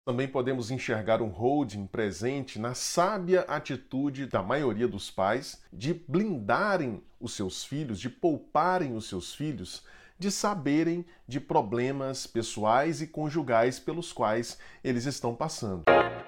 Também podemos enxergar um holding presente na sábia atitude da maioria dos pais de blindarem os seus filhos, de pouparem os seus filhos, de saberem de problemas pessoais e conjugais pelos quais eles estão passando.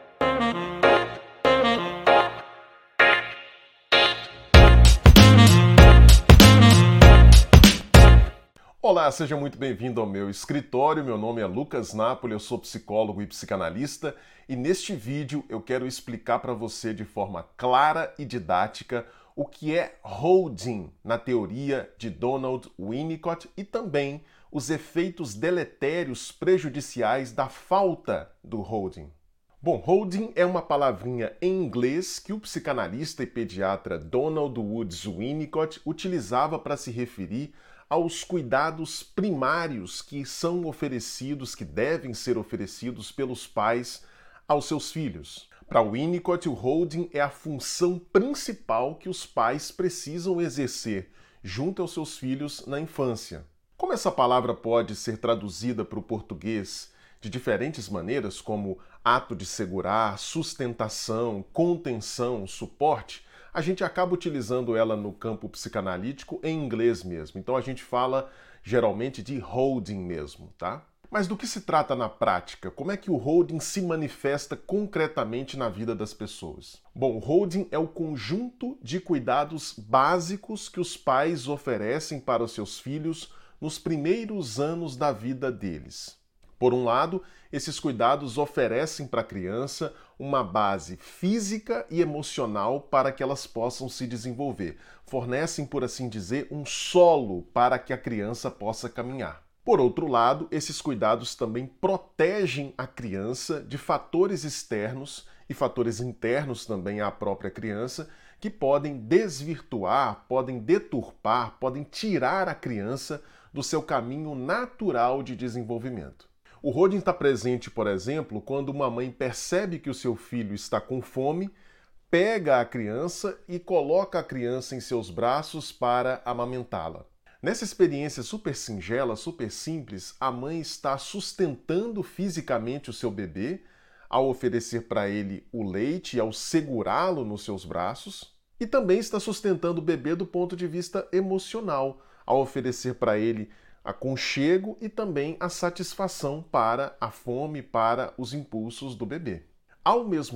Olá, seja muito bem-vindo ao meu escritório. Meu nome é Lucas Napoli, eu sou psicólogo e psicanalista e neste vídeo eu quero explicar para você de forma clara e didática o que é holding na teoria de Donald Winnicott e também os efeitos deletérios prejudiciais da falta do holding. Bom, holding é uma palavrinha em inglês que o psicanalista e pediatra Donald Woods Winnicott utilizava para se referir aos cuidados primários que são oferecidos, que devem ser oferecidos pelos pais aos seus filhos. Para Winnicott, o holding é a função principal que os pais precisam exercer junto aos seus filhos na infância. Como essa palavra pode ser traduzida para o português de diferentes maneiras, como ato de segurar, sustentação, contenção, suporte, a gente acaba utilizando ela no campo psicanalítico em inglês mesmo. Então a gente fala geralmente de holding mesmo, tá? Mas do que se trata na prática? Como é que o holding se manifesta concretamente na vida das pessoas? Bom, o holding é o conjunto de cuidados básicos que os pais oferecem para os seus filhos nos primeiros anos da vida deles. Por um lado, esses cuidados oferecem para a criança uma base física e emocional para que elas possam se desenvolver. Fornecem, por assim dizer, um solo para que a criança possa caminhar. Por outro lado, esses cuidados também protegem a criança de fatores externos e fatores internos também à própria criança que podem desvirtuar, podem deturpar, podem tirar a criança do seu caminho natural de desenvolvimento. O holding está presente, por exemplo, quando uma mãe percebe que o seu filho está com fome, pega a criança e coloca a criança em seus braços para amamentá-la. Nessa experiência super singela, super simples, a mãe está sustentando fisicamente o seu bebê ao oferecer para ele o leite e ao segurá-lo nos seus braços, e também está sustentando o bebê do ponto de vista emocional, ao oferecer para ele aconchego e também a satisfação para a fome, para os impulsos do bebê. Ao mesmo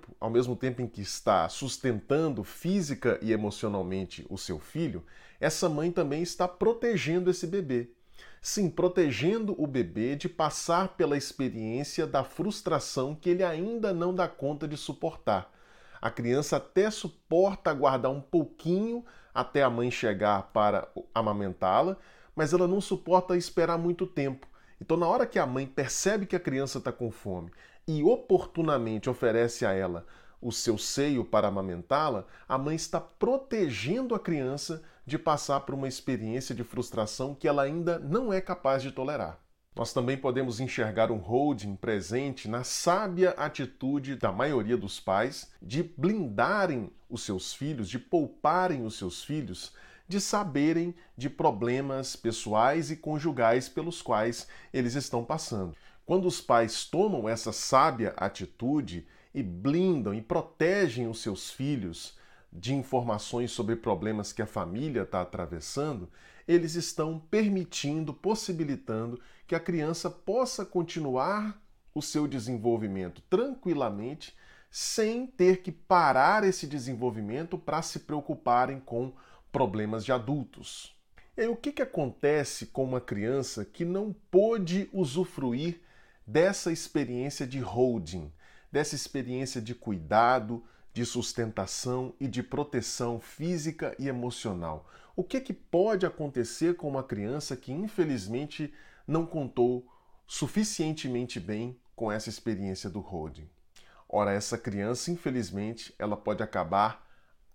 tempo em que está sustentando física e emocionalmente o seu filho, essa mãe também está protegendo esse bebê. Sim, protegendo o bebê de passar pela experiência da frustração que ele ainda não dá conta de suportar. A criança até suporta aguardar um pouquinho até a mãe chegar para amamentá-la, mas ela não suporta esperar muito tempo. Então, na hora que a mãe percebe que a criança está com fome e oportunamente oferece a ela o seu seio para amamentá-la, a mãe está protegendo a criança de passar por uma experiência de frustração que ela ainda não é capaz de tolerar. Nós também podemos enxergar um holding presente na sábia atitude da maioria dos pais de blindarem os seus filhos, de pouparem os seus filhos, de saberem de problemas pessoais e conjugais pelos quais eles estão passando. Quando os pais tomam essa sábia atitude e blindam e protegem os seus filhos de informações sobre problemas que a família está atravessando, eles estão permitindo, possibilitando que a criança possa continuar o seu desenvolvimento tranquilamente, sem ter que parar esse desenvolvimento para se preocuparem com problemas de adultos. E aí, o que acontece com uma criança que não pôde usufruir dessa experiência de holding, dessa experiência de cuidado, de sustentação e de proteção física e emocional? O que pode acontecer com uma criança que infelizmente não contou suficientemente bem com essa experiência do holding? Ora, essa criança, infelizmente, ela pode acabar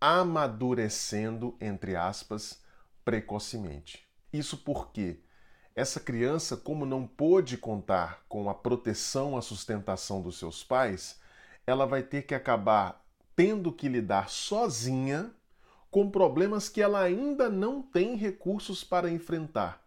amadurecendo, entre aspas, precocemente. Isso porque essa criança, como não pôde contar com a proteção, a sustentação dos seus pais, ela vai ter que acabar tendo que lidar sozinha com problemas que ela ainda não tem recursos para enfrentar.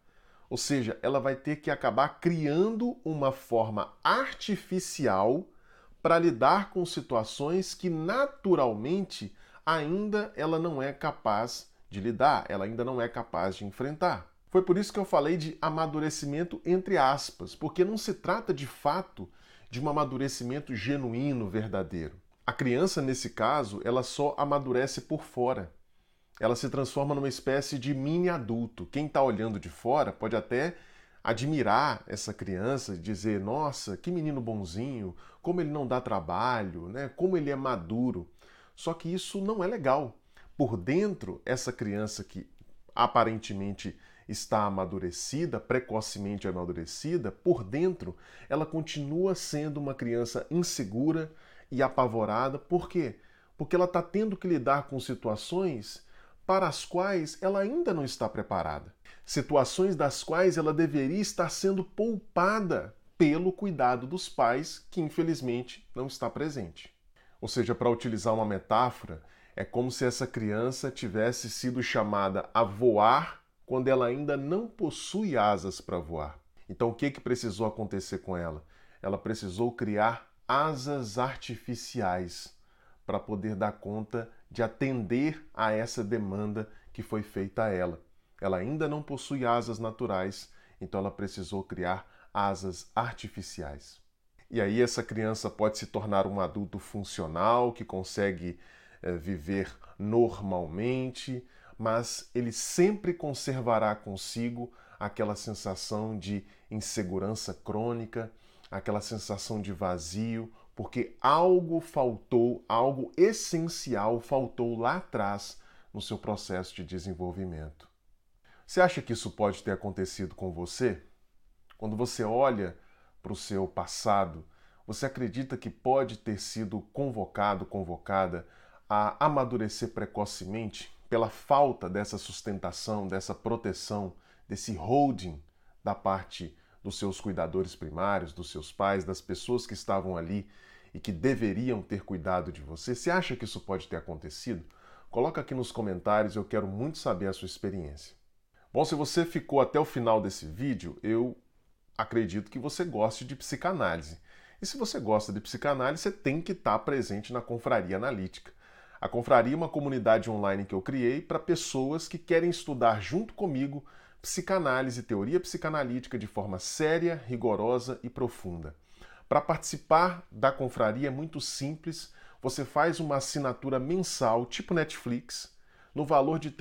Ou seja, ela vai ter que acabar criando uma forma artificial para lidar com situações que naturalmente ainda ela não é capaz de lidar, ela ainda não é capaz de enfrentar. Foi por isso que eu falei de amadurecimento entre aspas, porque não se trata de fato de um amadurecimento genuíno, verdadeiro. A criança, nesse caso, ela só amadurece por fora. Ela se transforma numa espécie de mini adulto. Quem está olhando de fora pode até admirar essa criança e dizer: nossa, que menino bonzinho, como ele não dá trabalho, né? Como ele é maduro. Só que isso não é legal. Por dentro, essa criança que aparentemente está amadurecida, precocemente amadurecida, por dentro ela continua sendo uma criança insegura e apavorada. Por quê? Porque ela está tendo que lidar com situações para as quais ela ainda não está preparada. Situações das quais ela deveria estar sendo poupada pelo cuidado dos pais, que infelizmente não está presente. Ou seja, para utilizar uma metáfora, é como se essa criança tivesse sido chamada a voar quando ela ainda não possui asas para voar. Então o que precisou acontecer com ela? Ela precisou criar asas artificiais para poder dar conta de atender a essa demanda que foi feita a ela. Ela ainda não possui asas naturais, então ela precisou criar asas artificiais. E aí essa criança pode se tornar um adulto funcional, que consegue viver normalmente, mas ele sempre conservará consigo aquela sensação de insegurança crônica, aquela sensação de vazio, porque algo faltou, algo essencial faltou lá atrás no seu processo de desenvolvimento. Você acha que isso pode ter acontecido com você? Quando você olha para o seu passado, você acredita que pode ter sido convocado, convocada a amadurecer precocemente pela falta dessa sustentação, dessa proteção, desse holding da parte dos seus cuidadores primários, dos seus pais, das pessoas que estavam ali e que deveriam ter cuidado de você? Você acha que isso pode ter acontecido? Coloca aqui nos comentários, eu quero muito saber a sua experiência. Bom, se você ficou até o final desse vídeo, eu acredito que você goste de psicanálise. E se você gosta de psicanálise, você tem que estar presente na Confraria Analítica. A Confraria é uma comunidade online que eu criei para pessoas que querem estudar junto comigo psicanálise e teoria psicanalítica de forma séria, rigorosa e profunda. Para participar da confraria é muito simples, você faz uma assinatura mensal, tipo Netflix, no valor de R$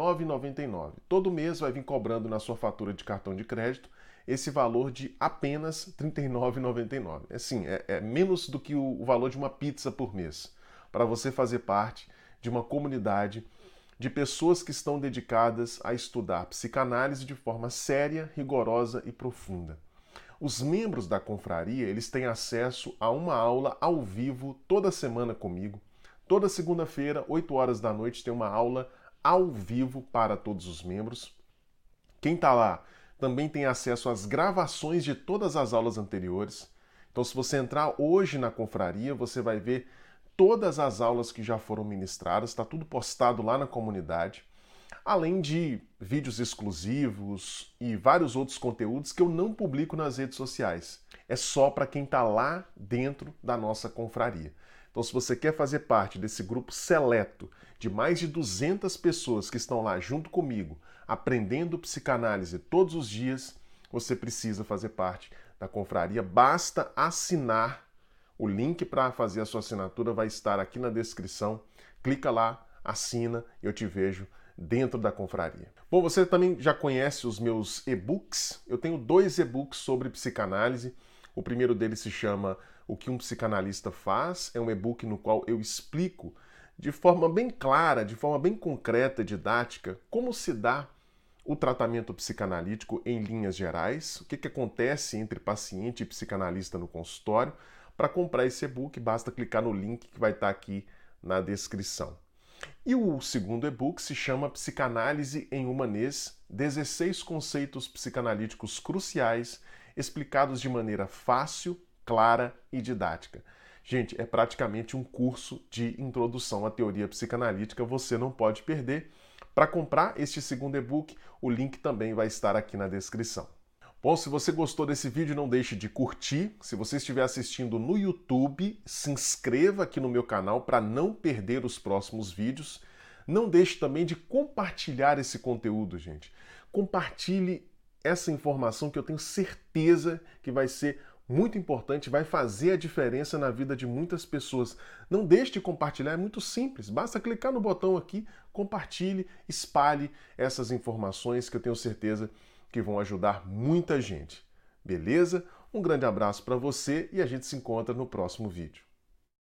39,99. Todo mês vai vir cobrando na sua fatura de cartão de crédito esse valor de apenas R$ 39,99. Assim, é menos do que o valor de uma pizza por mês, para você fazer parte de uma comunidade de pessoas que estão dedicadas a estudar psicanálise de forma séria, rigorosa e profunda. Os membros da confraria, eles têm acesso a uma aula ao vivo toda semana comigo. Toda segunda-feira, 8 horas da noite, tem uma aula ao vivo para todos os membros. Quem está lá também tem acesso às gravações de todas as aulas anteriores. Então, se você entrar hoje na confraria, você vai ver todas as aulas que já foram ministradas, está tudo postado lá na comunidade, além de vídeos exclusivos e vários outros conteúdos que eu não publico nas redes sociais. É só para quem está lá dentro da nossa confraria. Então, se você quer fazer parte desse grupo seleto de mais de 200 pessoas que estão lá junto comigo, aprendendo psicanálise todos os dias, você precisa fazer parte da confraria. Basta assinar. O link para fazer a sua assinatura vai estar aqui na descrição. Clica lá, assina e eu te vejo dentro da confraria. Bom, você também já conhece os meus e-books. Eu tenho 2 e-books sobre psicanálise. O primeiro deles se chama O que um psicanalista faz. É um e-book no qual eu explico de forma bem clara, de forma bem concreta, didática, como se dá o tratamento psicanalítico em linhas gerais, o que acontece entre paciente e psicanalista no consultório. Para comprar esse e-book, basta clicar no link que vai estar aqui na descrição. E o segundo e-book se chama Psicanálise em Humanês, 16 conceitos psicanalíticos cruciais, explicados de maneira fácil, clara e didática. Gente, é praticamente um curso de introdução à teoria psicanalítica, você não pode perder, Para comprar este segundo e-book, o link também vai estar aqui na descrição. Bom, se você gostou desse vídeo, não deixe de curtir. Se você estiver assistindo no YouTube, se inscreva aqui no meu canal para não perder os próximos vídeos. Não deixe também de compartilhar esse conteúdo, gente. Compartilhe essa informação que eu tenho certeza que vai ser muito importante, vai fazer a diferença na vida de muitas pessoas. Não deixe de compartilhar, é muito simples. Basta clicar no botão aqui, compartilhe, espalhe essas informações que eu tenho certeza que vão ajudar muita gente. Beleza? Um grande abraço para você e a gente se encontra no próximo vídeo.